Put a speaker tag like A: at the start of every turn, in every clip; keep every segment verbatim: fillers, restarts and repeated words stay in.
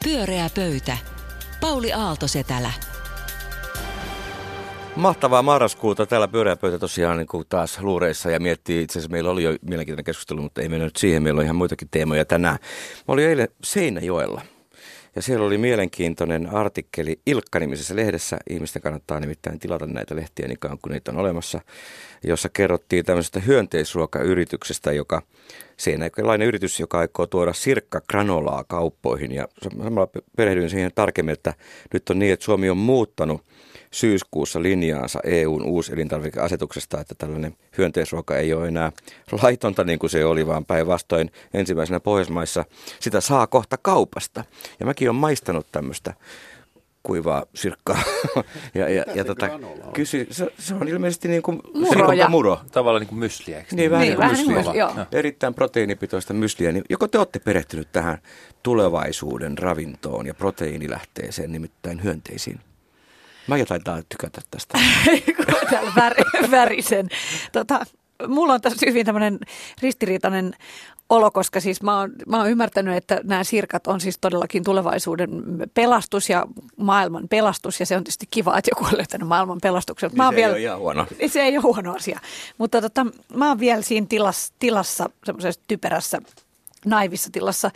A: Pyöreä pöytä. Pauli Aalto-Setälä.
B: Mahtavaa marraskuuta. Täällä Pyöreä pöytä tosiaan niin kuin taas luureissa ja miettii. Itse asiassa meillä oli jo mielenkiintoinen keskustelu, mutta ei mennä nyt siihen. Meillä on ihan muitakin teemoja tänään. Mä olin eilen Seinäjoella ja siellä oli mielenkiintoinen artikkeli Ilkka-nimisessä lehdessä. Ihmisten kannattaa nimittäin tilata näitä lehtiä niin kauan kuin niitä on olemassa, jossa kerrottiin tämmöisestä hyönteisruokayrityksestä, joka seinäjoelainen yritys, joka aikoo tuoda sirkkagranolaa kauppoihin. Ja samalla perehdyin siihen tarkemmin, että nyt on niin, että Suomi on muuttanut syyskuussa linjaansa E U:n uuselintarvikeasetuksesta, että tällainen hyönteisruoka ei ole enää laitonta niin kuin se oli, vaan päinvastoin ensimmäisenä Pohjoismaissa sitä saa kohta kaupasta. Ja mäkin olen maistanut tämmöistä kuivaa sirkkaa. ja, ja, ja tota, kysy, se, se on ilmeisesti niin kuin
C: Muroja.
B: muro.
C: Tavallaan niin kuin mysliä, eikö?
B: Niin, vähän
C: niin,
B: niin kuin mysliä.
C: Joo.
B: Erittäin proteiinipitoista mysliä. Niin joko te olette perehtynyt tähän tulevaisuuden ravintoon ja proteiinilähteeseen, nimittäin hyönteisiin? Mä taitaa tykätä tästä.
D: Täällä vär, värisen. Tota, mulla on tässä hyvin tämmöinen ristiriitainen olo, koska siis mä oon, mä oon ymmärtänyt, että nämä sirkat on siis todellakin tulevaisuuden pelastus ja maailman pelastus. Ja se on tietysti kiva, että joku on löytänyt maailman pelastuksen.
B: Niin
D: mä
B: se
D: vielä,
B: ei ole ihan huono.
D: Se ei ole huono asia. Mutta tota, mä oon vielä siinä tilassa, tilassa semmoisessa typerässä, naivissa tilassa,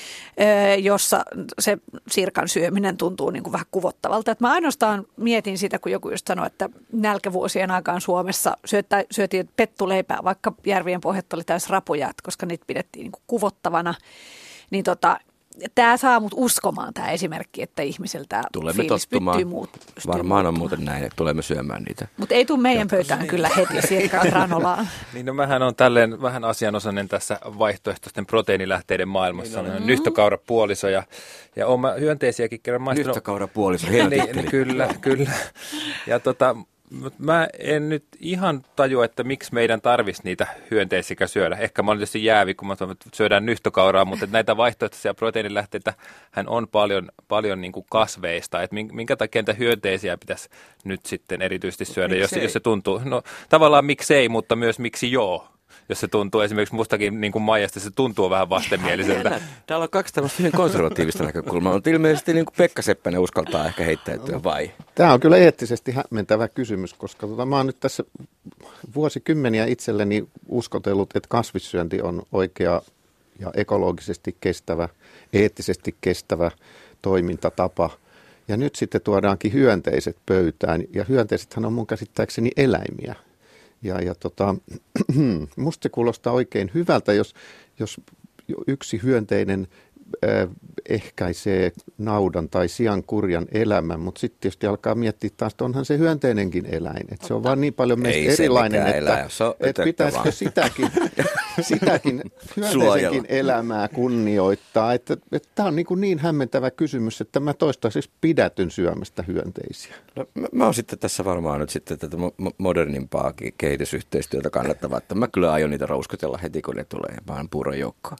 D: jossa se sirkan syöminen tuntuu niin kuin vähän kuvottavalta. Et mä ainoastaan mietin sitä, kun joku just sanoi, että nälkävuosien aikaan Suomessa syöttä, syötiin pettuleipää, vaikka järvien pohjat oli täys rapuja, koska niitä pidettiin niin kuin kuvottavana. Niin tota, tämä saa mut uskomaan tämä esimerkki, että ihmiseltä
B: tulemme
D: fiilis
B: tottumaan.
D: pyttyy muut.
B: Varmaan on muuten näin, että tulemme syömään niitä.
D: Mutta ei tule meidän pöytään niin. Kyllä heti sirkkaan granolaan.
C: Niin no mähän on tälleen vähän asianosainen tässä vaihtoehtoisten proteiinilähteiden maailmassa. Niin, mm-hmm. Nyhtökaurapuoliso ja, ja oma hyönteisiäkin kerran maistanut.
B: Nyhtökaurapuoliso,
C: niin, niin, kyllä, kyllä. Ja tota, mä en nyt ihan tajua, että miksi meidän tarvitsisi niitä hyönteisiä syödä. Ehkä mä olen tietysti jäävi, kun mä toivon, että syödään nyhtökauraa, mutta näitä vaihtoehtoisia proteiinilähteitä hän on paljon, paljon niin kuin kasveista. Että minkä takia niitä hyönteisiä pitäisi nyt sitten erityisesti syödä, jos, jos se tuntuu. No tavallaan miksei, mutta myös miksi joo. Jos se tuntuu esimerkiksi mustakin niin kuin Maijasta, se tuntuu vähän vastenmieliseltä.
B: Täällä on kaksi tämmöistä hyvin konservatiivista näkökulmaa, mutta ilmeisesti niin kuin Pekka Seppänen uskaltaa ehkä heittäytyä, vai?
E: Tämä on kyllä eettisesti hämmentävä kysymys, koska tota, mä oon nyt tässä vuosikymmeniä itselleni uskotellut, että kasvissyönti on oikea ja ekologisesti kestävä, eettisesti kestävä toimintatapa. Ja nyt sitten tuodaankin hyönteiset pöytään, ja hyönteisethän on mun käsittääkseni eläimiä. Ja, ja tota, musta se kuulostaa oikein hyvältä, jos, jos yksi hyönteinen äh, ehkäisee naudan tai sian kurjan elämän, mutta sitten tietysti alkaa miettiä taas, että onhan se hyönteinenkin eläin. Että se on vaan niin paljon meistä erilainen, että, että pitäisikö sitäkin, sitäkin hyönteisenkin elämää kunnioittaa. Että, että tämä on niin, niin hämmentävä kysymys, että mä toistaiseksi pidätyn syömästä hyönteisiä.
B: No, mä, mä oon sitten tässä varmaan nyt sitten tätä modernimpaa kehitysyhteistyötä kannattavaa, että mä kyllä aion niitä rouskutella heti, kun ne tulee vaan puuron joukkoon.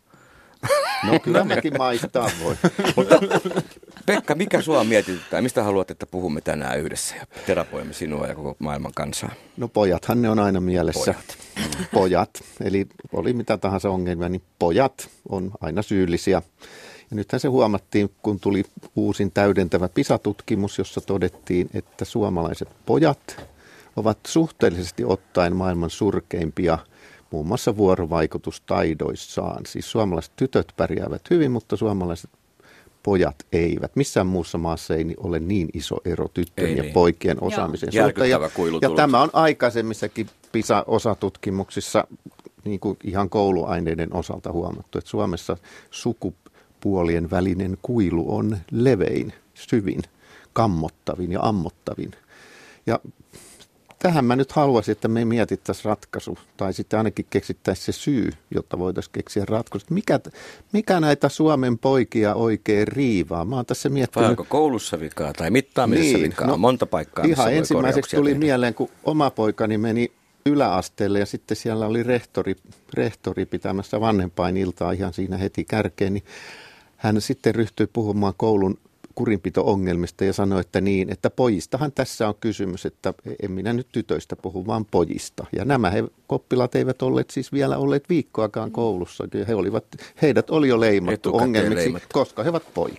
E: No kyllä mäkin maistaa voi.
B: Mutta Pekka, mikä sua mietityttää? Mistä haluat, että puhumme tänään yhdessä ja terapoimme sinua ja koko maailman kansaa?
E: No pojathan ne on aina mielessä.
B: Pojat.
E: Pojat. Eli oli mitä tahansa ongelmia, niin pojat on aina syyllisiä. Ja nythän se huomattiin, kun tuli uusin täydentävä PISA-tutkimus, jossa todettiin, että suomalaiset pojat ovat suhteellisesti ottaen maailman surkeimpia muun muassa vuorovaikutustaidoissaan. Siis suomalaiset tytöt pärjäävät hyvin, mutta suomalaiset pojat eivät. Missään muussa maassa ei ole niin iso ero tyttöjen ei ja niin. poikien osaamisen suhteen. Ja, ja tämä on aikaisemmissakin PISA-osatutkimuksissa niin kuin ihan kouluaineiden osalta huomattu, että Suomessa sukupuolien välinen kuilu on levein, syvin, kammottavin ja ammottavin. Ja tähän mä nyt haluaisin, että me mietittäisiin ratkaisu, tai sitten ainakin keksittäisiin se syy, jotta voitaisiin keksiä ratkaisu. Mikä, mikä näitä Suomen poikia oikein riivaa? Mä oon tässä miettinyt.
B: Vai onko koulussa vikaa tai mittaamisessa niin, vikaa? No, monta paikkaa.
E: Ihan ensimmäiseksi tuli tehdä. mieleen, kun oma poikani meni yläasteelle ja sitten siellä oli rehtori, rehtori pitämässä vanhempainiltaa ihan siinä heti kärkeen, niin hän sitten ryhtyi puhumaan koulun kurinpito-ongelmista ja sanoi, että niin, että pojistahan tässä on kysymys, että en minä nyt tytöistä puhu, vaan pojista. Ja nämä he, oppilaat eivät olleet siis vielä olleet viikkoakaan koulussa. He olivat, heidät oli jo leimattu ongelmiksi, leimattu. koska he ovat poikia.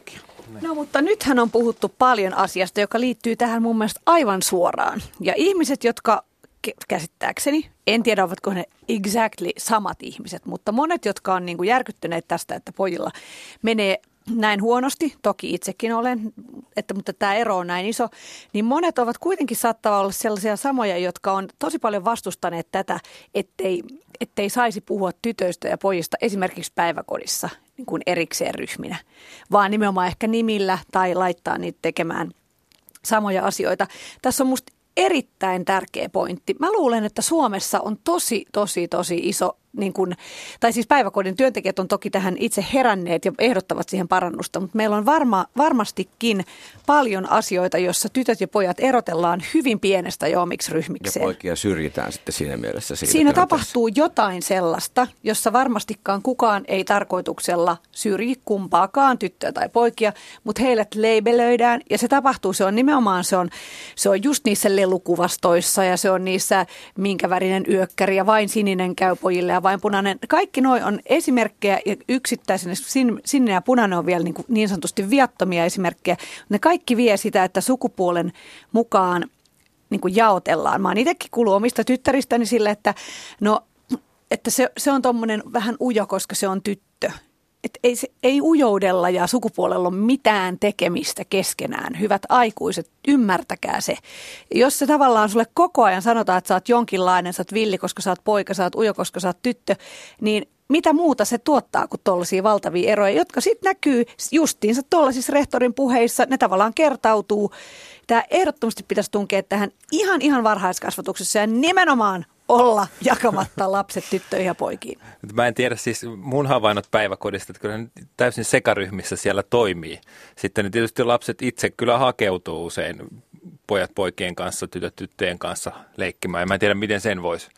D: No mutta nythän on puhuttu paljon asiasta, joka liittyy tähän mun mielestä aivan suoraan. Ja ihmiset, jotka käsittääkseni, en tiedä ovatko ne exactly samat ihmiset, mutta monet, jotka on niin kuin järkyttyneet tästä, että pojilla menee näin huonosti, toki itsekin olen, että, mutta tämä ero on näin iso, niin monet ovat kuitenkin saattaa olla sellaisia samoja, jotka on tosi paljon vastustaneet tätä, ettei, ettei saisi puhua tytöistä ja pojista esimerkiksi päiväkodissa niin kuin erikseen ryhminä, vaan nimenomaan ehkä nimillä tai laittaa niitä tekemään samoja asioita. Tässä on musta erittäin tärkeä pointti. Mä luulen, että Suomessa on tosi, tosi, tosi iso, niin kun, tai siis päiväkodin työntekijät on toki tähän itse heränneet ja ehdottavat siihen parannusta, mutta meillä on varma, varmastikin paljon asioita, joissa tytöt ja pojat erotellaan hyvin pienestä jo omiksi ryhmikseen.
B: Ja poikia syrjitään sitten siinä mielessä. Siinä,
D: siinä tapahtuu jotain sellaista, jossa varmastikaan kukaan ei tarkoituksella syrji kumpaakaan tyttöä tai poikia, mutta heidät leibelöidään ja se tapahtuu, se on nimenomaan, se on, se on just niissä lelukuvastoissa ja se on niissä minkä värinen yökkäri ja vain sininen käy pojille ja vain punainen. Kaikki noi on esimerkkejä ja yksittäisenä sininen ja punainen on vielä niin, kuin niin sanotusti viattomia esimerkkejä. Ne kaikki vie sitä, että sukupuolen mukaan niin kuin jaotellaan. Mä oon itsekin kuullut omista tyttäristäni sille, että, no, että se, se on tommonen vähän ujo, koska se on tyttö. Et ei, se, ei ujoudella ja sukupuolella ole mitään tekemistä keskenään. Hyvät aikuiset, ymmärtäkää se. Jos se tavallaan sulle koko ajan sanotaan, että sä oot jonkinlainen, sä oot villi, koska sä oot poika, sä oot ujo, koska sä oot tyttö, niin mitä muuta se tuottaa kuin tollaisia valtavia eroja, jotka sitten näkyy justiinsa tollaisissa rehtorin puheissa, ne tavallaan kertautuu. Tämä ehdottomasti pitäisi tunkea tähän ihan ihan varhaiskasvatuksessa ja nimenomaan olla jakamatta lapset tyttöihin ja poikiin.
C: Mä en tiedä, siis mun havainnot päiväkodista, että kyllä täysin sekaryhmissä siellä toimii. Sitten tietysti lapset itse kyllä hakeutuu usein pojat poikien kanssa, tytöt tyttöjen kanssa leikkimään. Ja mä en tiedä, miten sen voisi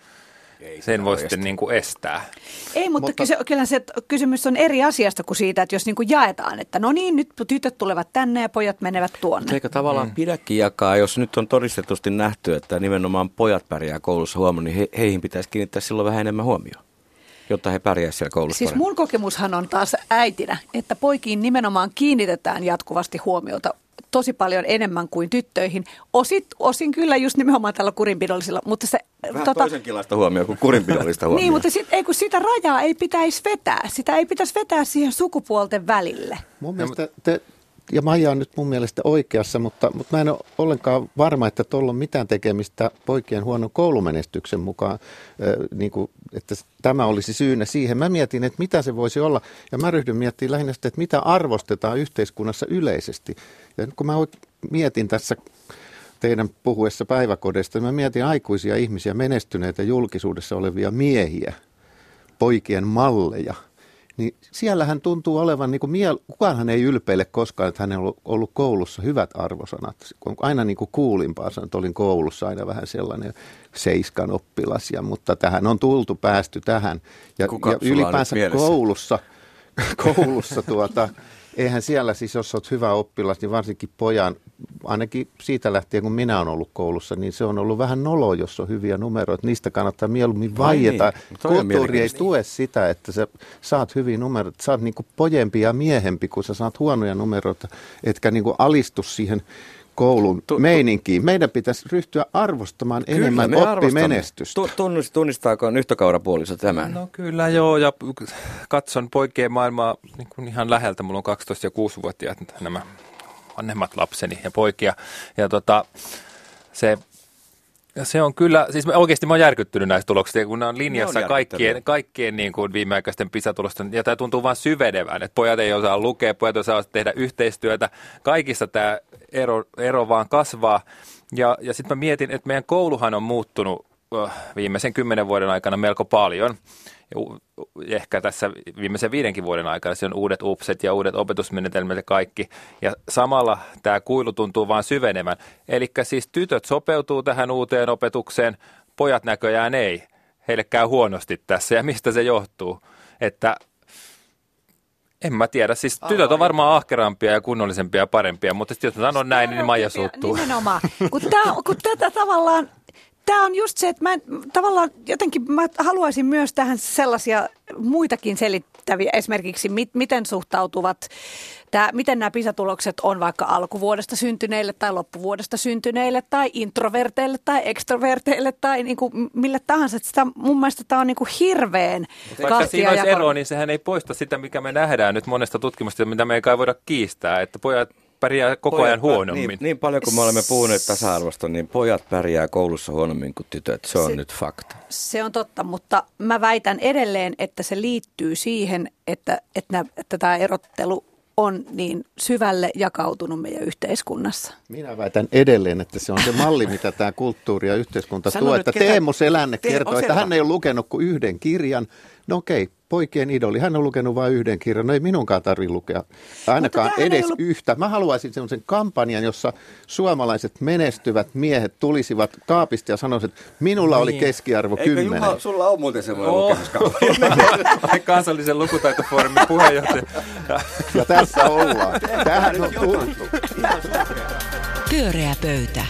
C: sen voi sitten niin kuin estää.
D: Ei, mutta, mutta... Kyse, kyllä se kysymys on eri asiasta kuin siitä, että jos niin kuin jaetaan, että no niin, nyt tytöt tulevat tänne ja pojat menevät tuonne.
B: Eikä tavallaan mm. pidäkin jakaa, jos nyt on todistetusti nähty, että nimenomaan pojat pärjää koulussa huomioon, niin he, heihin pitäisi kiinnittää silloin vähän enemmän huomioon, jotta he pärjäävät siellä koulussa.
D: Siis mun kokemushan on taas äitinä, että poikiin nimenomaan kiinnitetään jatkuvasti huomiota tosi paljon enemmän kuin tyttöihin. Osit, osin kyllä just nimenomaan tällä kurinpidollisella, mutta se...
B: Vähän tota, toisenkinlaista huomioon kuin kurinpidollista huomioon.
D: Niin, mutta sit, ei, kun sitä rajaa ei pitäisi vetää. Sitä ei pitäisi vetää siihen sukupuolten välille.
E: Mun mielestä te, ja Maija on nyt mun mielestä oikeassa, mutta, mutta mä en ole ollenkaan varma, että tuolla on mitään tekemistä poikien huonon koulumenestyksen mukaan, äh, niin kuin, että tämä olisi syynä siihen. Mä mietin, että mitä se voisi olla, ja mä ryhdyn miettimään lähinnä sitä, että mitä arvostetaan yhteiskunnassa yleisesti. Ja kun mä mietin tässä teidän puhuessa päiväkodeista, mä mietin aikuisia ihmisiä, menestyneitä julkisuudessa olevia miehiä, poikien malleja. Niin siellähän tuntuu olevan, niin kuin miel- kukaanhan ei ylpeile koskaan, että hänellä on ollut koulussa hyvät arvosanat. Aina niin kuin kuulimpaa sanat, olin koulussa aina vähän sellainen seiskan oppilas, ja, mutta tähän on tultu, päästy tähän. Ja, ja ylipäänsä koulussa, koulussa tuota, eihän siellä siis, jos olet hyvä oppilas, niin varsinkin pojan, ainakin siitä lähtien, kun minä olen ollut koulussa, niin se on ollut vähän noloa, jos on hyviä numeroita. Niistä kannattaa mieluummin vaieta. Niin. Kulttuuri ei tue sitä, että sä saat hyviä numeroita. Sä oot niin kuin pojempi ja miehempi, kun sä saat huonoja numeroita, etkä niin kuin alistu siihen koulun tu, tu, meininkiin. Meidän pitäisi ryhtyä arvostamaan kyllä, enemmän oppimenestystä.
B: Tunnistaako nyhtökaurapuoliso tämän?
C: No kyllä joo, ja katson poikien maailmaa niin kuin ihan läheltä. Mulla on kaksitoista- ja kuusi-vuotiaat nämä vanhemmat lapseni ja poikia. Ja tota, se, se on kyllä, siis mä, oikeasti mä oon järkyttynyt näistä tuloksista, kun ne on linjassa ne on kaikkien, kaikkien niin kuin viimeaikaisten PISA-tulosten, ja tämä tuntuu vaan syvenevän, että pojat ei osaa lukea, pojat ei osaa tehdä yhteistyötä, kaikissa tämä ero, ero vaan kasvaa. Ja, ja sitten mä mietin, että meidän kouluhan on muuttunut uh, viimeisen kymmenen vuoden aikana melko paljon. Ehkä tässä viimeisen viidenkin vuoden aikana se on uudet upset ja uudet opetusmenetelmät ja kaikki. Ja samalla tämä kuilu tuntuu vaan syvenevän. Eli siis tytöt sopeutuu tähän uuteen opetukseen, pojat näköjään ei. Heille käy huonosti tässä ja mistä se johtuu? Että en mä tiedä. Siis tytöt on varmaan ahkerampia ja kunnollisempia ja parempia, mutta jos mä sanon näin, niin Maija suuttuu.
D: Nimenomaan. Kun, tää, kun tätä tavallaan... Tämä on just se, että mä tavallaan jotenkin mä haluaisin myös tähän sellaisia muitakin selit- yhdistäviä esimerkiksi, mit, miten suhtautuvat, tää, miten nämä PISA-tulokset on vaikka alkuvuodesta syntyneille tai loppuvuodesta syntyneille tai introverteille tai extroverteille tai niin kuin mille tahansa. Sitä, mun mielestä tämä on niin kuin hirveän
C: Vaikka siinä olisi ero, niin sehän ei poista sitä, mikä me nähdään nyt monesta tutkimusta, mitä me ei kai voida kiistää, että pojat pärjää koko
B: pojat,
C: ajan huonommin.
B: Niin, niin paljon kuin me olemme puhuneet tasa-arvosta, niin pojat pärjää koulussa huonommin kuin tytöt. Se on se, nyt fakta.
D: Se on totta, mutta mä väitän edelleen, että se liittyy siihen, että, että, että tämä erottelu on niin syvälle jakautunut meidän yhteiskunnassa.
E: Minä väitän edelleen, että se on se malli, mitä tämä kulttuuri ja yhteiskunta Sano tuo. Että ketä... Teemu Selänne Te... kertoo, että hän ei ole lukenut kuin yhden kirjan. No okei, poikien idoli. Hän on lukenut vain yhden kirjan. No ei minunkaan tarvitse lukea ainakaan edes ollut... yhtä. Mä haluaisin sellaisen kampanjan, jossa suomalaiset menestyvät miehet tulisivat kaapista ja sanoisivat, että minulla niin. oli keskiarvo
B: Eikö
E: kymmenen.
B: Juha, sulla on muuten semmoinen oh. lukemuskampanja.
C: Kansallisen lukutaitofoorumin puheenjohtaja.
E: Ja tässä ollaan. Tähän on tullut.
A: Pyöreä pöytä.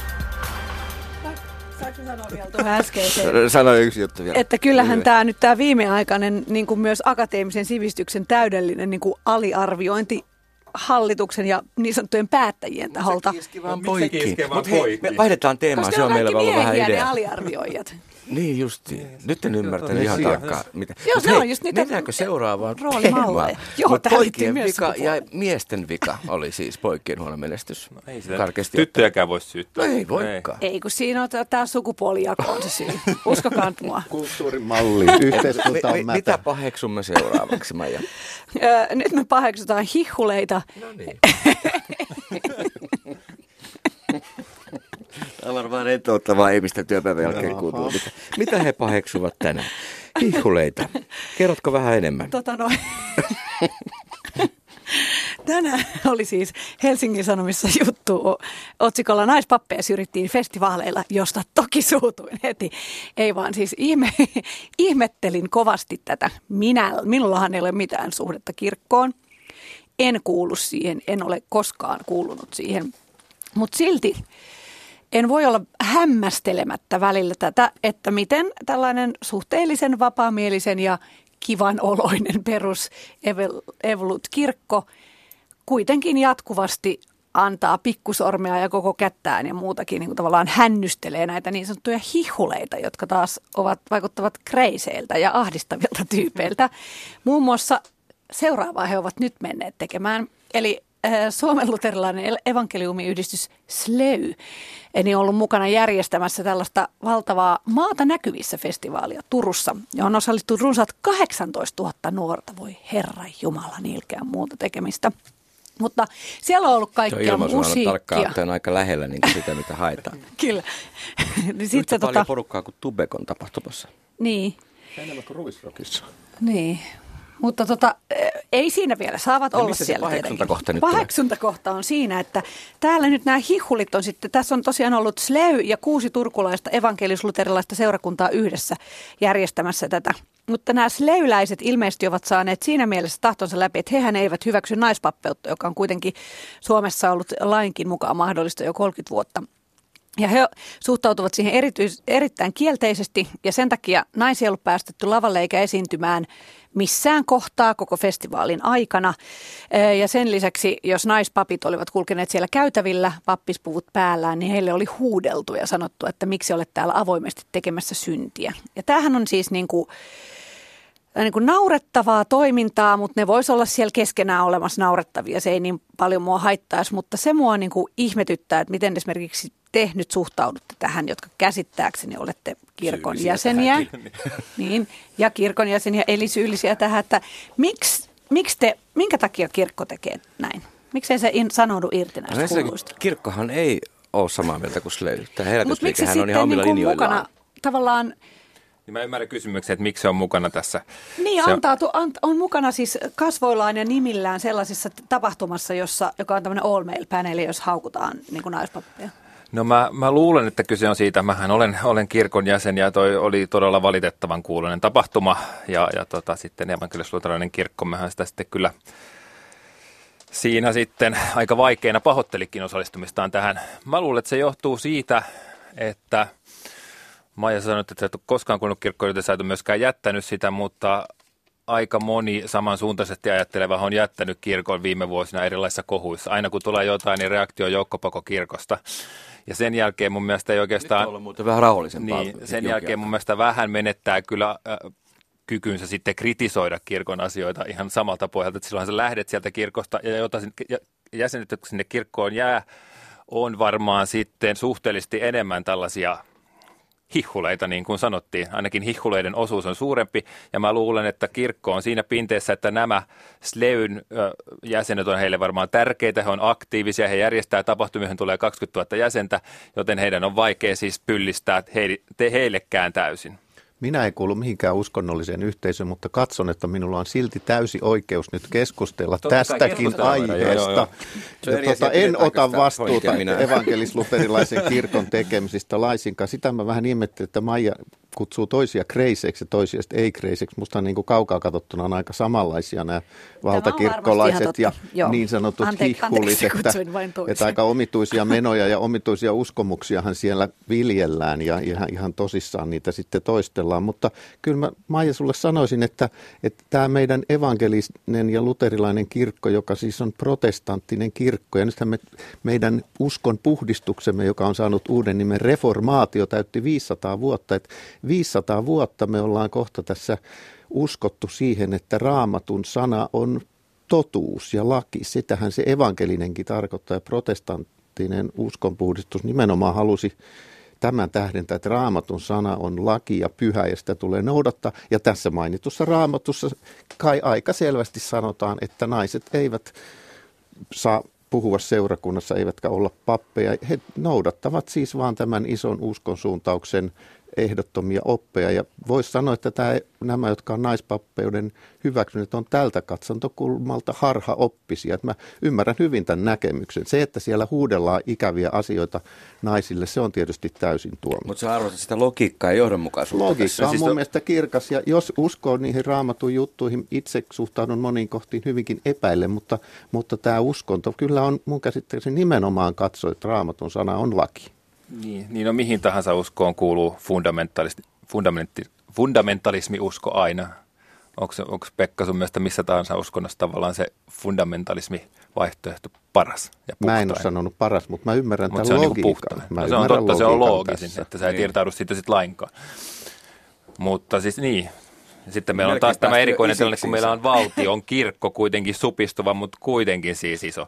D: Saanko sanoa vielä tuohon äskeiseen?
B: Sano yksi juttu vielä.
D: Että kyllähän tämä nyt tämä viimeaikainen niin kuin myös akateemisen sivistyksen täydellinen niin kuin aliarviointi hallituksen ja niin sanottujen päättäjien taholta.
B: Se kiski vaan poikki. Mutta hei, me vaihdetaan teemaa,
D: koska
B: se on meillä ollut vähän idea.
D: Koska ne aliarvioijat.
B: Niin justiin. Nyt en ymmärtänyt ihan tarkkaan. Mitä.
D: Joo, se on just niitä
B: mennäänkö seuraavaan
D: roolimalleja. Joo,
B: mutta poikien vika ja miesten vika oli siis poikien huono menestys.
C: No ei sitä tyttöjäkään voi syyttää.
B: No ei voikaan.
D: Ei, kun siinä on tämä sukupuolijako on se syy. Uskokaa mua.
E: Kulttuurimalli, yhteiskunta on mätä.
B: Mitä paheksumme seuraavaksi, Maija?
D: Nyt me paheksutaan hihuleita.
B: No niin. Tämä on varmaan rentouttavaa, ei mistä työpäivän jälkeen kuuluu. Mitä, mitä he paheksuvat tänään? Hihuleita. Kerrotko vähän enemmän?
D: Tota noin. Tänään oli siis Helsingin Sanomissa juttu otsikolla Naispappeja syrjittiin festivaaleilla, josta toki suutuin heti. Ei vaan siis ihme, ihmettelin kovasti tätä. Minä, minullahan ei ole mitään suhdetta kirkkoon. En kuulu siihen, en ole koskaan kuulunut siihen, mutta silti en voi olla hämmästelemättä välillä tätä, että miten tällainen suhteellisen vapaamielisen ja kivan oloinen perus Evolut-kirkko kuitenkin jatkuvasti antaa pikkusormea ja koko kättään ja muutakin niin kuin tavallaan hännystelee näitä niin sanottuja hihuleita, jotka taas ovat, vaikuttavat kreiseiltä ja ahdistavilta tyypeiltä. Muun muassa seuraavaa he ovat nyt menneet tekemään, eli Suomen luterilainen evankeliumiyhdistys S L E Y niin on ollut mukana järjestämässä tällaista valtavaa maata näkyvissä festivaalia Turussa, johon osallistunut runsaat kahdeksantoistatuhatta nuorta. Voi herra jumala, niilkään muuta tekemistä. Mutta siellä on ollut kaikkea musiikkia.
B: Tarkkaan ottaen aika lähellä niin kuin sitä, mitä haetaan.
D: Kyllä.
B: Niin sit Yhtä se, paljon tota... porukkaa kuin Tubekon tapahtumassa.
D: Niin.
E: Enemmän kuin Ruisrockissa.
D: Niin. Mutta tota, ei siinä vielä, saavat
B: ja
D: olla siellä.
B: Paheksuntakohta nyt
D: Paheksuntakohta on siinä, että täällä nyt nämä hihulit on sitten, tässä on tosiaan ollut S L E Y ja kuusi turkulaista evankelis-luterilaista seurakuntaa yhdessä järjestämässä tätä. Mutta nämä S L E Y-läiset ilmeisesti ovat saaneet siinä mielessä tahtonsa läpi, että hehän eivät hyväksy naispappeutta, joka on kuitenkin Suomessa ollut lainkin mukaan mahdollista jo kolmekymmentä vuotta. Ja he suhtautuvat siihen erityis, erittäin kielteisesti ja sen takia naisia ei ollut päästetty lavalle eikä esiintymään missään kohtaa koko festivaalin aikana. Ja sen lisäksi, jos naispapit olivat kulkeneet siellä käytävillä pappispuvut päällään, niin heille oli huudeltu ja sanottu, että miksi olet täällä avoimesti tekemässä syntiä. Ja tämähän on siis niin kuin, niin kuin naurettavaa toimintaa, mutta ne vois olla siellä keskenään olemassa naurettavia. Se ei niin paljon mua haittaisi, mutta se mua niin kuin ihmetyttää, että miten esimerkiksi te nyt suhtaudutte tähän, jotka käsittääkseni olette kirkon syyllisiä jäseniä. Niin, ja kirkon jäseniä, eli syyllisiä tähän, että miksi, miksi te, minkä takia kirkko tekee näin? Miksei se in, sanoudu irti näistä no, kuuluista?
B: Kirkkohan ei ole samaa mieltä kuin S L E Y. Tämä
D: herätysliikehän
B: on ihan omilla
D: niin
B: linjoillaan.
D: Mukana, tavallaan...
C: Niin mä ymmärrän kysymyksen, että miksi se on mukana tässä.
D: Niin,
C: se
D: antaa, on, on mukana siis kasvoillaan ja nimillään sellaisessa tapahtumassa, jossa, joka on tämmöinen all-male-paneeli, jos haukutaan niin kuin naispappeja.
C: No mä, mä luulen, että kyse on siitä. Mähän olen, olen kirkon jäsen ja toi oli todella valitettavan kuuluinen tapahtuma. Ja, ja tota, sitten evankelis-luterilainen kirkko, mehän sitä sitten kyllä siinä sitten aika vaikeana pahoittelikin osallistumistaan tähän. Mä luulen, että se johtuu siitä, että Maija sanoi, että sä et ole koskaan kuullut kirkkoon, joten sä et ole myöskään jättänyt sitä, mutta aika moni samansuuntaisesti ajatteleva on jättänyt kirkon viime vuosina erilaisissa kohuissa. Aina kun tulee jotain, niin reaktio on joukkopako kirkosta. Ja sen jälkeen mun mielestä ei oikeastaan...
B: Nyt on ollut muuten vähän rauhallisempaa.
C: Niin, sen jälkeen mun mielestä vähän menettää kyllä äh, kykynsä sitten kritisoida kirkon asioita ihan samalta pohjalta. Että silloinhan sä lähdet sieltä kirkosta ja jota jäsenet, jotka sinne kirkkoon jää, on varmaan sitten suhteellisesti enemmän tällaisia hihhuleita, niin kuin sanottiin. Ainakin hihhuleiden osuus on suurempi, ja mä luulen, että kirkko on siinä pinteessä, että nämä Sleyn jäsenet on heille varmaan tärkeitä, he on aktiivisia, he järjestää tapahtumia, joihin tulee kaksikymmentätuhatta jäsentä, joten heidän on vaikea siis pyllistää heille, heillekään täysin.
E: Minä en kuulu mihinkään uskonnolliseen yhteisöön, mutta katson, että minulla on silti täysi oikeus nyt keskustella Totta tästäkin aiheesta. Joo, joo. Ja tuota, en ota vastuuta evankelis-luterilaisen kirkon tekemisistä laisinkaan. Sitä mä vähän ihmettelin, että Maija kutsuu toisia kreiseiksi ja toisia ei-kreiseiksi. Musta on niin kuin kaukaa katsottuna on aika samanlaisia nämä valtakirkkolaiset ja joo. niin sanotut Ante- hihhulit, että, että aika omituisia menoja ja omituisia uskomuksiahan siellä viljellään ja ihan, ihan tosissaan niitä sitten toistellaan. Mutta kyllä mä, Maija, sulle sanoisin, että, että tämä meidän evankelinen ja luterilainen kirkko, joka siis on protestanttinen kirkko, ja nythän me, meidän uskon puhdistuksemme, joka on saanut uuden nimen reformaatio, täytti viisisataa vuotta, että viisisataa vuotta me ollaan kohta tässä uskottu siihen, että Raamatun sana on totuus ja laki. Sitähän se evankelinenkin tarkoittaa, ja protestanttinen uskonpuhdistus nimenomaan halusi tämän tähdentää, että Raamatun sana on laki ja pyhä ja sitä tulee noudattaa. Ja tässä mainitussa Raamatussa kai aika selvästi sanotaan, että naiset eivät saa puhua seurakunnassa, eivätkä olla pappeja. He noudattavat siis vaan tämän ison uskonsuuntauksen ehdottomia oppeja. Ja voisi sanoa, että tämä, nämä, jotka on naispappeuden hyväksyneet, on tältä katsantokulmalta harhaoppisia. Että mä ymmärrän hyvin tämän näkemyksen. Se, että siellä huudellaan ikäviä asioita naisille, se on tietysti täysin tuomittu.
B: Mutta sä arvostat sitä logiikkaa ja johdonmukaisuutta.
E: Logiikka on siis mun to... mielestä kirkas. Ja jos uskoo niihin Raamatun juttuihin, itse suhtaudun moniin kohtiin hyvinkin epäillen, mutta, mutta tämä uskonto kyllä on mun käsittääkseni nimenomaan katsoa, että Raamatun sana on laki.
C: Niin, niin no mihin tahansa uskoon kuuluu fundamentalismi, fundamenti, fundamentalismi-usko aina. Onko Pekka sun mielestä missä tahansa uskonnossa tavallaan se fundamentalismi-vaihtoehto paras ja puhtain?
E: Mä en ole sanonut paras, mutta mä ymmärrän
C: Mut
E: tämän
C: logiikan.
E: Niin
C: no se on totta, se on loogisin, että sä et niin. irtaudu siitä sitten lainkaan. Mutta siis niin. Sitten meillä on taas tämä erikoinen tilanne, kun meillä on valtion kirkko kuitenkin supistuva, mutta kuitenkin siis iso,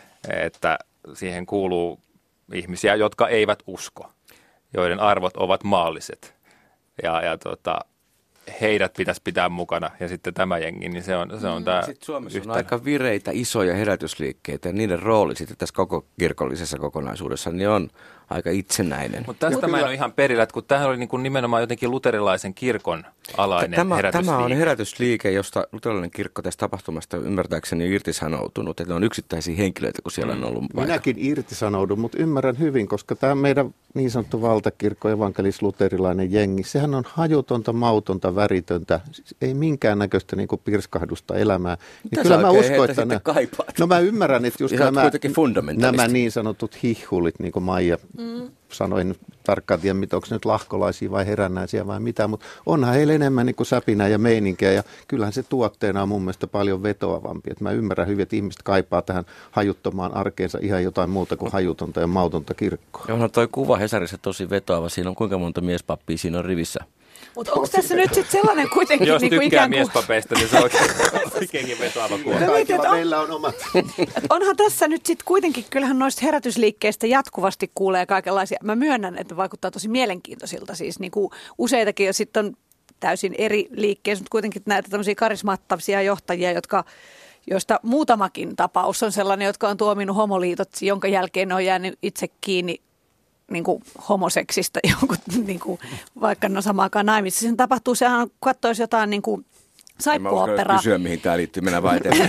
C: että siihen kuuluu ihmisiä, jotka eivät usko, joiden arvot ovat maalliset. Ja, ja tota, heidät pitäisi pitää mukana. Ja sitten tämä jengi, niin se on, se on tämä
B: Sitten Suomessa
C: yhtenä.
B: on aika vireitä, isoja herätysliikkeitä. Ja niiden rooli sitten tässä koko kirkollisessa kokonaisuudessa niin on aika itsenäinen.
C: Mutta tästä mä en ole ihan perillä, että kun tämähän oli niin kuin nimenomaan jotenkin luterilaisen kirkon alainen
B: tämä,
C: herätysliike.
B: Tämä on herätysliike, josta luterilainen kirkko tästä tapahtumasta ymmärtääkseni on irtisanoutunut. Että ne on yksittäisiä henkilöitä, kun siellä on ollut vaikka.
E: Minäkin irtisanoudun, mutta ymmärrän hyvin, koska tämä meidän niin sanottu valtakirkko, evankelis-luterilainen jengi, sehän on hajutonta, mautonta, väritöntä, ei minkäännäköistä niin kuin pirskahdusta elämää.
B: Mitä kyllä mä uskon, että ne, kaipaat?
E: No mä ymmärrän, että just nämä, nämä niin sanotut hihhulit, niin kuin Maija mm. sanoi, en tarkkaan tiedä, mitä, onko ne nyt lahkolaisia vai herännäisiä vai mitä, mutta onhan heillä enemmän niin kuin säpinää ja meininkiä, ja kyllähän se tuotteena on mun mielestä paljon vetoavampi. Että mä ymmärrän hyvin, että ihmiset kaipaa tähän hajuttomaan arkeensa ihan jotain muuta kuin hajutonta ja mautonta kirkkoa.
B: Joo, no toi kuva Hesarissa tosi vetoava. Siinä on kuinka monta miespappia siinä on rivissä?
D: Mutta onko tässä nyt sitten sellainen kuitenkin
C: Jos
D: niin kuin
C: tykkää
D: ikään kuin
C: miespapeista, niin se on oikeinkin vetoava kuva.
E: Kaikilla on, meillä on omat.
D: Onhan tässä nyt sitten kuitenkin, kyllähän noista herätysliikkeistä jatkuvasti kuulee kaikenlaisia. Mä myönnän, että vaikuttaa tosi mielenkiintoisilta. Siis niin kuin useitakin ja sitten on täysin eri liikkeissä, mutta kuitenkin näitä tämmöisiä karismaattisia johtajia, jotka joista muutamakin tapaus on sellainen, jotka on tuominut homoliitot, jonka jälkeen ne on jäänyt itse kiinni niin kuin homoseksistä, jonkun, niin kuin, vaikka no samaakaan naimissa. Sen tapahtuu, sehän katsoisi jotain niin kuin saippuoperaa.
B: En kysyä, mihin tämä liittyy, mennään vaan eteenpäin.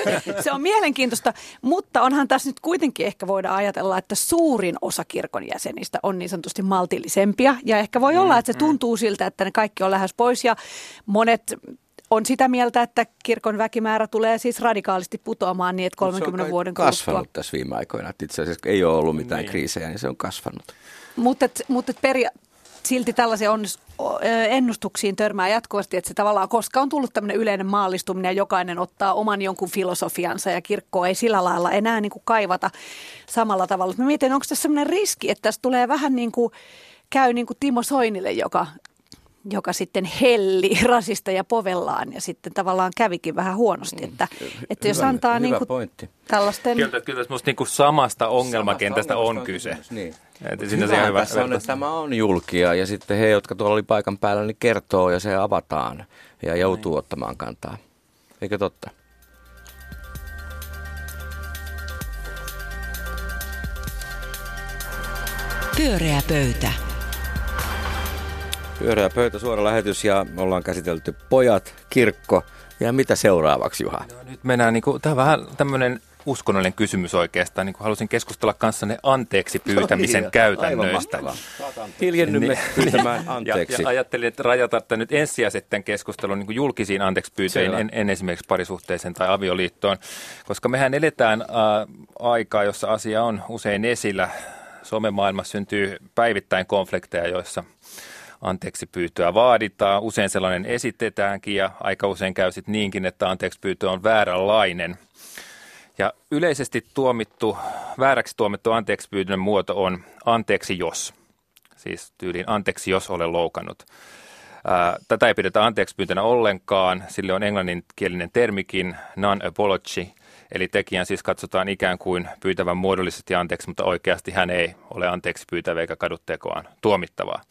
D: Se on mielenkiintoista, mutta onhan tässä nyt kuitenkin ehkä voidaan ajatella, että suurin osa kirkon jäsenistä on niin sanotusti maltillisempia. Ja ehkä voi olla, että se tuntuu siltä, että ne kaikki on lähes pois ja monet on sitä mieltä, että kirkon väkimäärä tulee siis radikaalisti putoamaan niin, että kolmenkymmenen vuoden kuluttua.
B: Se on kasvanut tässä viime aikoina. Itse asiassa ei ole ollut mitään niin. kriisejä, niin se on kasvanut.
D: Mutta mut peria- silti tällaisia onnis, ennustuksiin törmää jatkuvasti, että se tavallaan, koska on tullut tämmöinen yleinen maallistuminen ja jokainen ottaa oman jonkun filosofiansa ja kirkkoa ei sillä lailla enää niin kuin kaivata samalla tavalla. Mä mietin, onko tässä semmoinen riski, että tässä tulee vähän niin kuin, käy niin kuin Timo Soinille, joka, joka sitten helli rasista ja povellaan ja sitten tavallaan kävikin vähän huonosti, että, että jos
B: hyvä,
D: antaa
B: hyvä
D: niin kuin
B: pointti.
D: tällaisten...
C: Kyllä, kyllä tässä musta niin kuin samasta ongelmakentästä on, on kyse.
B: Niin.
C: Hyvä,
B: hyvä tässä on, että tämä on julkia ja sitten he, jotka tuolla oli paikan päällä, niin kertoo ja se avataan ja joutuu Noin. ottamaan kantaa. Eikö totta?
A: Pyöreä pöytä.
B: Pyöreä pöytä, suora lähetys ja me ollaan käsitelty pojat, kirkko ja mitä seuraavaksi, Juha?
C: No, nyt mennään, niin kuin, tämä on vähän tämmöinen uskonnollinen kysymys oikeastaan. Niin kuin halusin keskustella kanssanne anteeksi pyytämisen no, käytännöistä.
B: Hiljennymme pyytämään anteeksi.
C: Ja, ja ajattelin, että rajata tämän nyt ensisijaisesti tämän keskustelun niin kuin julkisiin anteeksi pyytöihin en, en esimerkiksi parisuhteeseen tai avioliittoon, koska mehän eletään ä, aikaa, jossa asia on usein esillä. Somemaailmassa syntyy päivittäin konflikteja, joissa anteeksi pyytöä vaaditaan. Usein sellainen esitetäänkin ja aika usein käy sitten niinkin, että anteeksi pyytö on vääränlainen. Ja yleisesti tuomittu, vääräksi tuomittu anteeksi pyynnön muoto on anteeksi jos. Siis tyyliin anteeksi jos olen loukannut. Ää, tätä ei pidetä anteeksi pyyntönä ollenkaan. Sille on englanninkielinen termikin non-apology. Eli tekijän siis katsotaan ikään kuin pyytävän muodollisesti anteeksi, mutta oikeasti hän ei ole anteeksi pyytävä eikä kadu tekoaan tuomittavaa.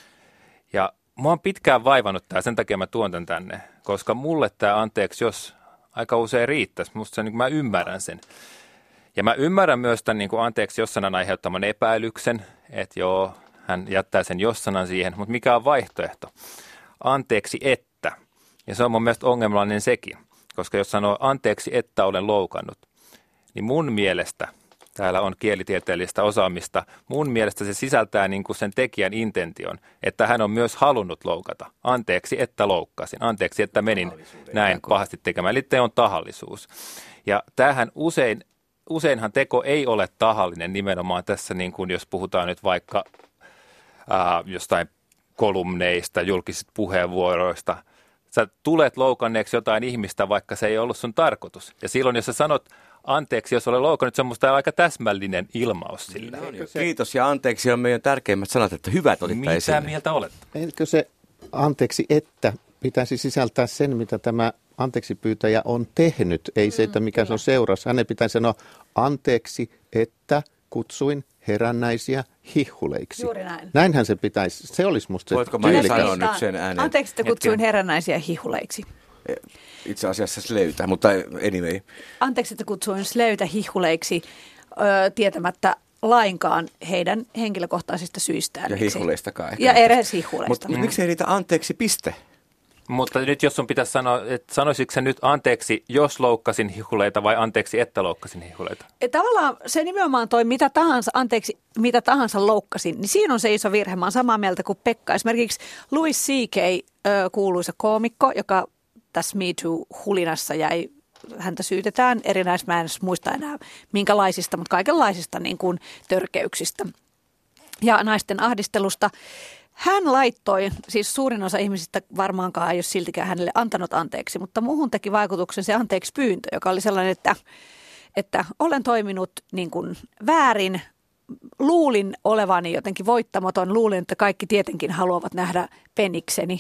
C: Ja mä oon pitkään vaivannut tämä, sen takia mä tuon tämän tänne, koska mulle tämä anteeksi jos aika usein riittäisi. Musta se, niin kuin mä ymmärrän sen. Ja mä ymmärrän myös tämän niin kuin anteeksi jos sanan aiheuttaman epäilyksen, että joo, hän jättää sen jos sanan siihen, mutta mikä on vaihtoehto? Anteeksi että. Ja se on mun mielestä ongelmallinen sekin. Koska jos sanoo anteeksi, että olen loukannut, niin mun mielestä, täällä on kielitieteellistä osaamista, mun mielestä se sisältää niin kuin sen tekijän intention, että hän on myös halunnut loukata. Anteeksi, että loukkasin. Anteeksi, että menin näin pahasti tekemään. Eli te on tahallisuus. Ja tämähän usein, useinhan teko ei ole tahallinen nimenomaan tässä, niin kuin jos puhutaan nyt vaikka ää, jostain kolumneista, julkisista puheenvuoroista. Sä tulet loukanneeksi jotain ihmistä, vaikka se ei ollut sun tarkoitus. Ja silloin, jos sä sanot anteeksi, jos olen loukannut, se on musta aika täsmällinen ilmaus sille.
B: Niin Kiitos ja anteeksi on meidän tärkeimmät sanat, että hyvät otitte esille.
C: Mitä mieltä olet?
E: Eikö se anteeksi, että pitäisi sisältää sen, mitä tämä anteeksi pyytäjä on tehnyt, ei se, että mikä se on seuraus. Hänen pitäisi sanoa anteeksi, että kutsuin herännäisiä hihuleiksi.
D: Juuri näin.
E: Näinhän se pitäisi, se olisi musta se
B: Voitko mä sanoa nyt sen ääneen?
D: Anteeksi, että kutsuin herännäisiä hihuleiksi.
B: Itse asiassa slöytä, mutta anyway.
D: Anteeksi, että kutsuin slöytä hihuleiksi ö, tietämättä lainkaan heidän henkilökohtaisista syistään.
B: Ja hihuleistakaan ehkä.
D: Ja edes hihuleista.
B: Mutta mm. miksi ei niitä anteeksi piste?
C: Mutta nyt jos sun pitäisi sanoa, että sanoisitko sä nyt anteeksi, jos loukkasin hihuleita vai anteeksi, että loukkasin hihuleita?
D: Et tavallaan se nimenomaan toi mitä tahansa, anteeksi, mitä tahansa loukkasin, niin siinä on se iso virhe. Mä oon samaa mieltä kuin Pekka. Esimerkiksi Louis C K, kuuluisa koomikko, joka tässä Me Too-hulinassa jäi, häntä syytetään erinäistä, mä en muista enää minkälaisista, mutta kaikenlaisista niin kuin törkeyksistä ja naisten ahdistelusta. Hän laittoi, siis suurin osa ihmisistä varmaankaan ei ole siltikään hänelle antanut anteeksi, mutta muuhun teki vaikutuksen se anteeksi pyyntö, joka oli sellainen, että, että olen toiminut niin kuin väärin, luulin olevani jotenkin voittamaton, luulin, että kaikki tietenkin haluavat nähdä penikseni.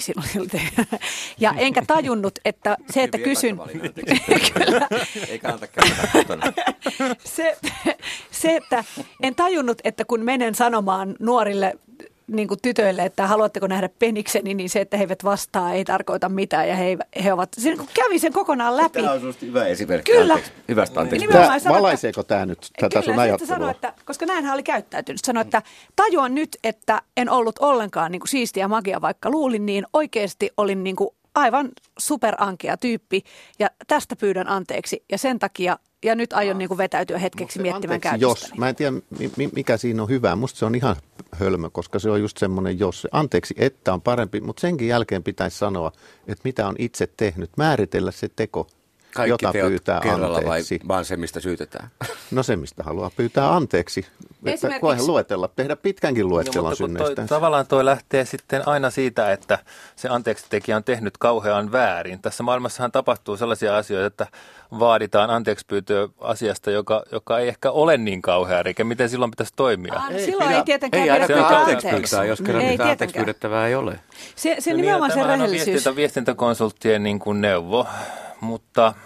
D: Ja enkä tajunnut, että se, että kysyn... Kyllä.
B: Eikä anta käydä kotona.
D: Se, se, että en tajunnut, että kun menen sanomaan nuorille niin kuin tytöille, että haluatteko nähdä penikseni, niin se, että he eivät vastaa, ei tarkoita mitään. Ja he, he ovat, se kävi sen kokonaan läpi.
B: Tämä on sinusta hyvä esimerkki.
D: Kyllä.
B: Anteeksi. Hyvästä anteeksi.
E: Tämä, valaiseeko tämä nyt tätä sun ajattelua?
D: Sanoi, että, koska näin hän oli käyttäytynyt. Sanoi, että tajuan nyt, että en ollut ollenkaan niin kuin siistiä magia, vaikka luulin, niin oikeasti olin niin kuin aivan superankea tyyppi. Ja tästä pyydän anteeksi. Ja sen takia, ja nyt aion niin kuin vetäytyä hetkeksi miettimään käytöstäni.
E: Jos, mä en tiedä mikä siinä on hyvä. Musta se on ihan hölmö, koska se on just semmoinen jos. Anteeksi, että on parempi, mutta senkin jälkeen pitäisi sanoa, että mitä on itse tehnyt. Määritellä se teko.
B: Kaikki
E: jota
B: teot
E: pyytää
B: kerralla
E: anteeksi.
B: vai vaan se, mistä syytetään?
E: No se, mistä haluaa pyytää anteeksi. Että voihan luetella, tehdä pitkänkin luettelon
C: no,
E: synneistä.
C: Tavallaan toi lähtee sitten aina siitä, että se anteeksitekijä on tehnyt kauhean väärin. Tässä maailmassahan tapahtuu sellaisia asioita, että vaaditaan anteekspyytöä asiasta, joka, joka ei ehkä ole niin kauhea, eikä miten silloin pitäisi toimia.
D: Ah, silloin ei tietenkään
B: ei
D: pidä pyytää
B: anteeksi
D: anteeksi.
B: pyytää, jos kerran
D: Ei
B: mitään anteeksi
D: tietenkään.
B: pyydettävää ei ole.
D: Se, se
C: No
D: nimenomaan
C: niin,
D: se
C: tämähän on
D: rehellisyys.
C: viestintä, viestintäkonsulttien niin kuin neuvo, mutta...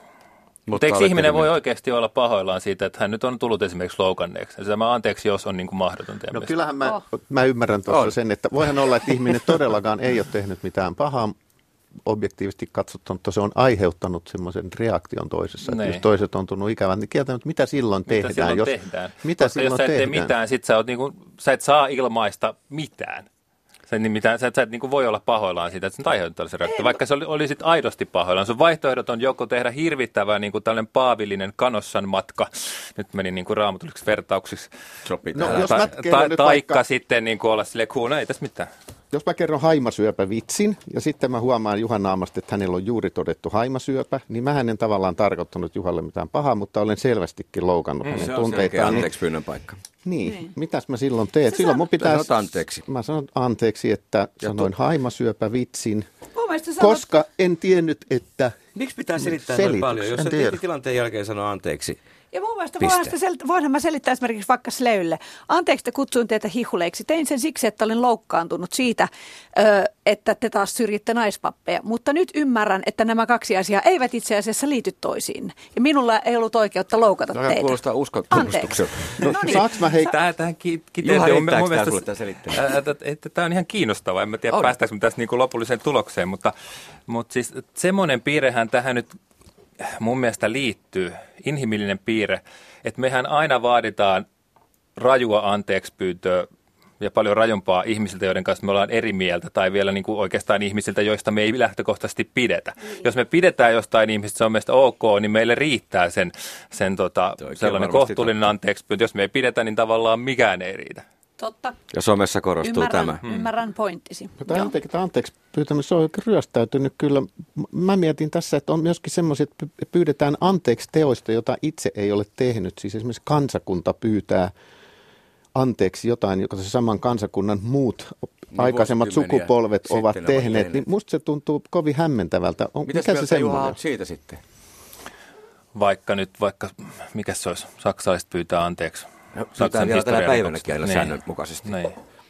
C: Mutta eikö
B: olette
C: ihminen voi
B: hyvin.
C: oikeasti olla pahoillaan siitä, että hän nyt on tullut esimerkiksi loukanneeksi? Ja tämä anteeksi jos on niin kuin mahdoton tehdä.
E: No kyllähän mä,
D: Oh.
E: mä ymmärrän tuossa
B: On.
E: sen, että voihan olla, että ihminen todellakaan ei ole tehnyt mitään pahaa objektiivisesti katsottuna, mutta se on aiheuttanut semmoisen reaktion toisessa. Että
C: Niin.
E: jos toiset on tullut ikävän, niin kieltämättä, mitä silloin
C: Mitä
E: tehdään?
C: silloin
E: jos,
C: tehdään?
E: Mitä
C: Koska
E: silloin
C: jos sä et tee
E: tehdään?
C: mitään, sit sä, oot niin kuin, sä et saa ilmaista mitään. Sä, niin mitään, sä et, sä et niin kuin voi olla pahoillaan siitä, että sä aiheuttaa tällaisen reaktion. Vaikka sä oli, olisit aidosti pahoillaan. Sun vaihtoehdot on joko tehdä hirvittävää niin kuin tällainen paavillinen kanossan matka. Nyt meni niin kuin raamatulliksi vertauksiksi.
B: Sopii
E: No,
B: tähän.
E: jos
C: Ta,
E: mä
C: ta,
E: kerron nyt
C: taikka
E: vaikka-
C: sitten niin kuin olla silleen, kuule, ei tässä mitään.
E: Jos mä kerron haimasyöpävitsin ja sitten mä huomaan Juhan naamasta, että hänellä on juuri todettu haimasyöpä, niin mä en tavallaan tarkoittanut Juhalle mitään pahaa, mutta olen selvästikin loukannut hänen
B: Se on selkeä
E: tunteitaan. Niin,
B: anteeksi pyynnön paikka.
E: niin,
D: Niin.
E: mitäs mä silloin teen? Silloin mun pitää...
B: sanot anteeksi.
E: Mä sanon anteeksi, että sanoin haimasyöpävitsin,
D: Mun mielestä sanot-
E: koska en tiennyt, että...
B: Miksi pitää selittää
E: Selitys,
B: noin paljon, jos
E: en
B: se
E: tiedä.
B: tilanteen jälkeen sanoo anteeksi?
D: Ja mun mielestä
B: Piste.
D: voidaan, sitä sel- voidaan mä selittää esimerkiksi vaikka Sleylle. Anteeksi, että kutsuin teitä hihuleiksi. Tein sen siksi, että olin loukkaantunut siitä, ö, että te taas syrjitte naispappeja. Mutta nyt ymmärrän, että nämä kaksi asiaa eivät itse asiassa liity toisiin. Ja minulla ei ollut oikeutta loukata
B: Tämä
D: teitä.
B: kuulostaa uskotunnustukselta.
E: No,
D: No niin.
E: saaks mä hei...
C: Tähän, tähän ki-
B: Juha,
C: kiteytyy. Mun-
B: riittääkö
C: mun
B: tää
C: mielestä-
B: sulle tää selittely?
C: ää, että- että Tämä on ihan kiinnostavaa. En mä tiedä,
B: On.
C: päästäänkö me tässä niinku lopulliseen tulokseen, mutta, mutta siis semmoinen piirrehän tähän nyt mun mielestä liittyy, inhimillinen piirre, että mehän aina vaaditaan rajua anteekspyyntöä ja paljon rajumpaa ihmisiltä, joiden kanssa me ollaan eri mieltä, tai vielä niin kuin oikeastaan ihmisiltä, joista me ei lähtökohtaisesti pidetä. Jos me pidetään jostain ihmistä, se on meistä ok, niin meille riittää sen, sen tota,
B: Oikein
C: sellainen
B: varmasti
C: kohtuullinen
B: totta.
C: anteekspyyntö. Jos me ei pidetä, niin tavallaan mikään ei riitä.
D: Totta.
B: Ja somessa korostuu
D: Ymmärrän,
B: tämä.
D: ymmärrän pointtisi.
E: Tämä anteeksi, tämä anteeksi pyytäminen, se on oikein ryöstäytynyt kyllä. Mä mietin tässä, että on myöskin semmoiset, että pyydetään anteeksi teoista, jota itse ei ole tehnyt. Siis esimerkiksi kansakunta pyytää anteeksi jotain, joka se saman kansakunnan muut aikaisemmat
B: vuosikymmeniä
E: sukupolvet
B: sitten
E: ovat
B: ne ovat
E: tehneet.
B: tehneet.
E: Niin musta se tuntuu kovin hämmentävältä. On,
B: Mitäs
E: mikä se
B: mieltä Juha
E: semmoinen?
B: oot siitä sitten?
C: Vaikka nyt, vaikka, mikä se olisi, saksalaiset pyytää anteeksi.
B: No, pyytää vielä tänä päivänäkin aina
C: Niin.
B: säännönmukaisesti.
C: Niin.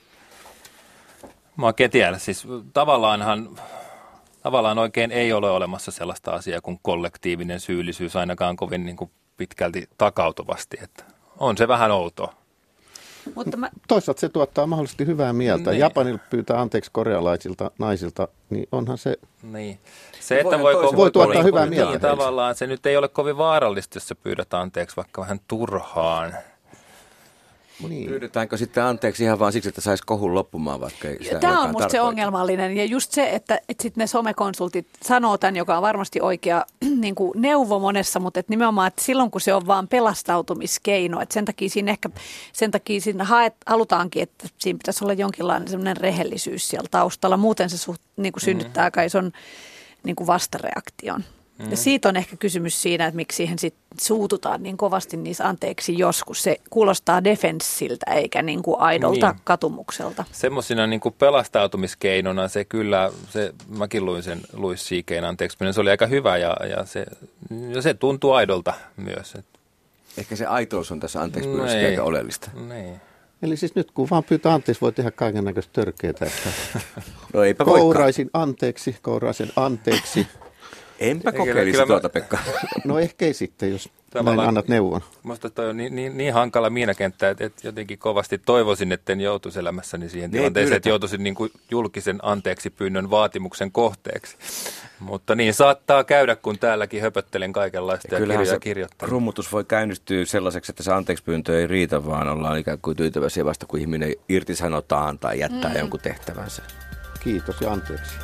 C: Mä oikein tiedä, siis tavallaanhan, tavallaan oikein ei ole olemassa sellaista asiaa kuin kollektiivinen syyllisyys ainakaan kovin niin kuin pitkälti takautuvasti, että on se vähän outoa.
D: Mutta mä,
E: Toisaalta se tuottaa mahdollisesti hyvää mieltä.
C: Niin.
E: Japanilla pyytää anteeksi korealaisilta naisilta, niin onhan se...
C: Niin. Se, että
B: Voihan
C: voiko,
B: toisen-
E: Voi tuottaa
C: niin,
E: hyvää
C: niin,
E: mieltä heille.
C: tavallaan se nyt ei ole kovin vaarallista, jos sä pyydät anteeksi vaikka vähän turhaan.
E: Niin.
B: Pyydetäänkö sitten anteeksi ihan vaan siksi, että saisi kohun loppumaan, vaikka ei sitä
D: tämä on
B: olekaan
D: musta se
B: tarkoita?
D: ongelmallinen. Ja just se, että, että sitten ne somekonsultit sanoo tämän, joka on varmasti oikea niin kuin neuvo monessa, mutta että nimenomaan, että silloin kun se on vaan pelastautumiskeino, että sen takia siinä ehkä, sen takia siinä haet, halutaankin, että siinä pitäisi olla jonkinlainen semmoinen rehellisyys siellä taustalla. Muuten se suht, niin kuin synnyttää kai son niin kuin vastareaktion. Mm. Ja siitä on ehkä kysymys siinä, että miksi siihen sit suututaan niin kovasti niissä anteeksi joskus. Se kuulostaa defenssiltä eikä niin kuin aidolta
C: Niin.
D: katumukselta.
C: Semmoisina niin kuin pelastautumiskeinona se kyllä, se, mäkin luin sen Louis C K:n anteeksi, se oli aika hyvä ja, ja, se, ja se tuntuu aidolta myös. Et,
B: Ehkä se aitous on tässä anteeksi pyydössä
C: Niin.
B: aika oleellista.
C: niin.
E: Eli siis nyt kun vaan pyytää anteeksi, voi tehdä kaiken näköistä törkeitä. Että
B: No eipä voikaan.
E: kouraisin anteeksi, kouraisen anteeksi.
B: Enpä
C: Kyllä-
B: kokeilisi
C: kyllä mä-
B: tuota, Pekka.
E: No ehkä ei sitten, jos näin
C: Tavallaan-
E: annat neuvon.
C: Minusta toi on niin, niin, niin hankala miinakenttä, että, että jotenkin kovasti toivoisin, että en joutuisi elämässäni siihen
B: Niin,
C: tilanteeseen,
B: pyydetä.
C: että joutuisin niin kuin julkisen anteeksi pyynnön vaatimuksen kohteeksi. Mutta niin saattaa käydä, kun täälläkin höpöttelen kaikenlaista ja, ja
B: Kyllähän
C: kirjoja
B: se
C: kirjoittelen.
B: rummutus voi käynnistyä sellaiseksi, että se anteeksipyyntö ei riitä, vaan ollaan ikään kuin tyytyväisiä vasta, kun ihminen irtisanotaan tai jättää mm. jonkun tehtävänsä.
E: Kiitos ja anteeksi.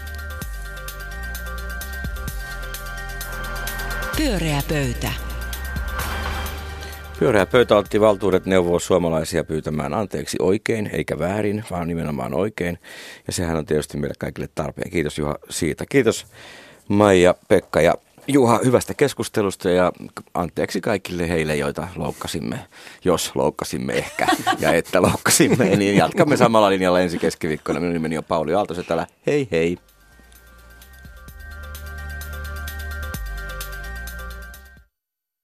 A: Pyöreä pöytä.
B: Pyöreä pöytä otti valtuudet neuvoa suomalaisia pyytämään anteeksi oikein, eikä väärin, vaan nimenomaan oikein. Ja sehän on tietysti meille kaikille tarpeen. Kiitos Juha siitä. Kiitos Maija, Pekka ja Juha, hyvästä keskustelusta ja anteeksi kaikille heille, joita loukkasimme, jos loukkasimme ehkä ja että loukkasimme, niin jatkamme samalla linjalla ensi keskiviikkona. Minun nimeni on Pauli Aaltosetälä. Hei hei!